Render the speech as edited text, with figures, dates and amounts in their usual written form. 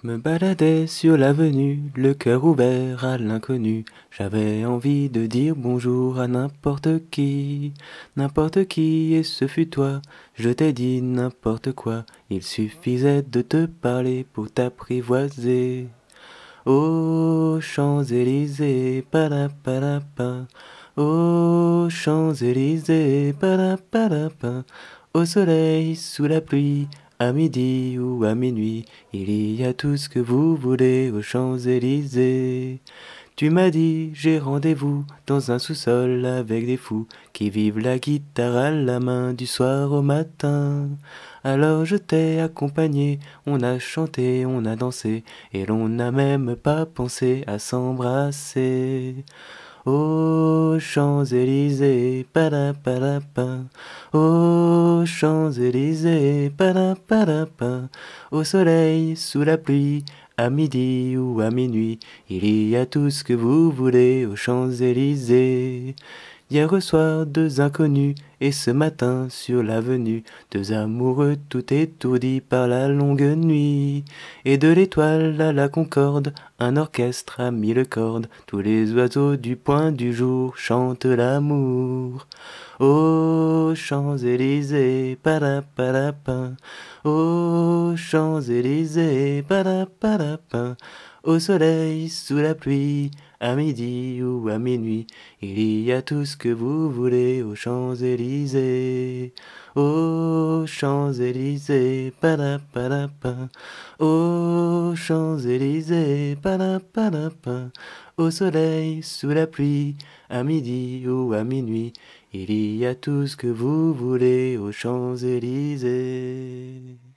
Je me baladais sur l'avenue, le cœur ouvert à l'inconnu. J'avais envie de dire bonjour à n'importe qui, et ce fut toi. Je t'ai dit n'importe quoi, il suffisait de te parler pour t'apprivoiser. Aux Champs-Élysées, palapalapa. Aux Champs-Élysées, palapalapa. Au soleil, sous la pluie, à midi ou à minuit, il y a tout ce que vous voulez aux Champs-Élysées. Tu m'as dit, j'ai rendez-vous dans un sous-sol avec des fous qui vivent la guitare à la main du soir au matin. Alors je t'ai accompagné, on a chanté, on a dansé, et l'on n'a même pas pensé à s'embrasser. Aux Champs-Élysées, palapalapa. Aux Champs-Élysées, palapalapa. Au soleil, sous la pluie, à midi ou à minuit, il y a tout ce que vous voulez aux Champs-Élysées. Hier au soir, deux inconnus, et ce matin, sur l'avenue, deux amoureux tout étourdis par la longue nuit. Et de l'étoile à la concorde, un orchestre a mis le corde, tous les oiseaux du point du jour chantent l'amour. Aux Champs-Élysées, palapalapa. Aux Champs-Élysées, palapalapa. Au soleil, sous la pluie, à midi ou à minuit, il y a tout ce que vous voulez aux Champs-Élysées. Aux Champs-Élysées, palapalapa. Aux Champs-Élysées, palapalapa. Au soleil, sous la pluie, à midi ou à minuit, il y a tout ce que vous voulez aux Champs-Élysées.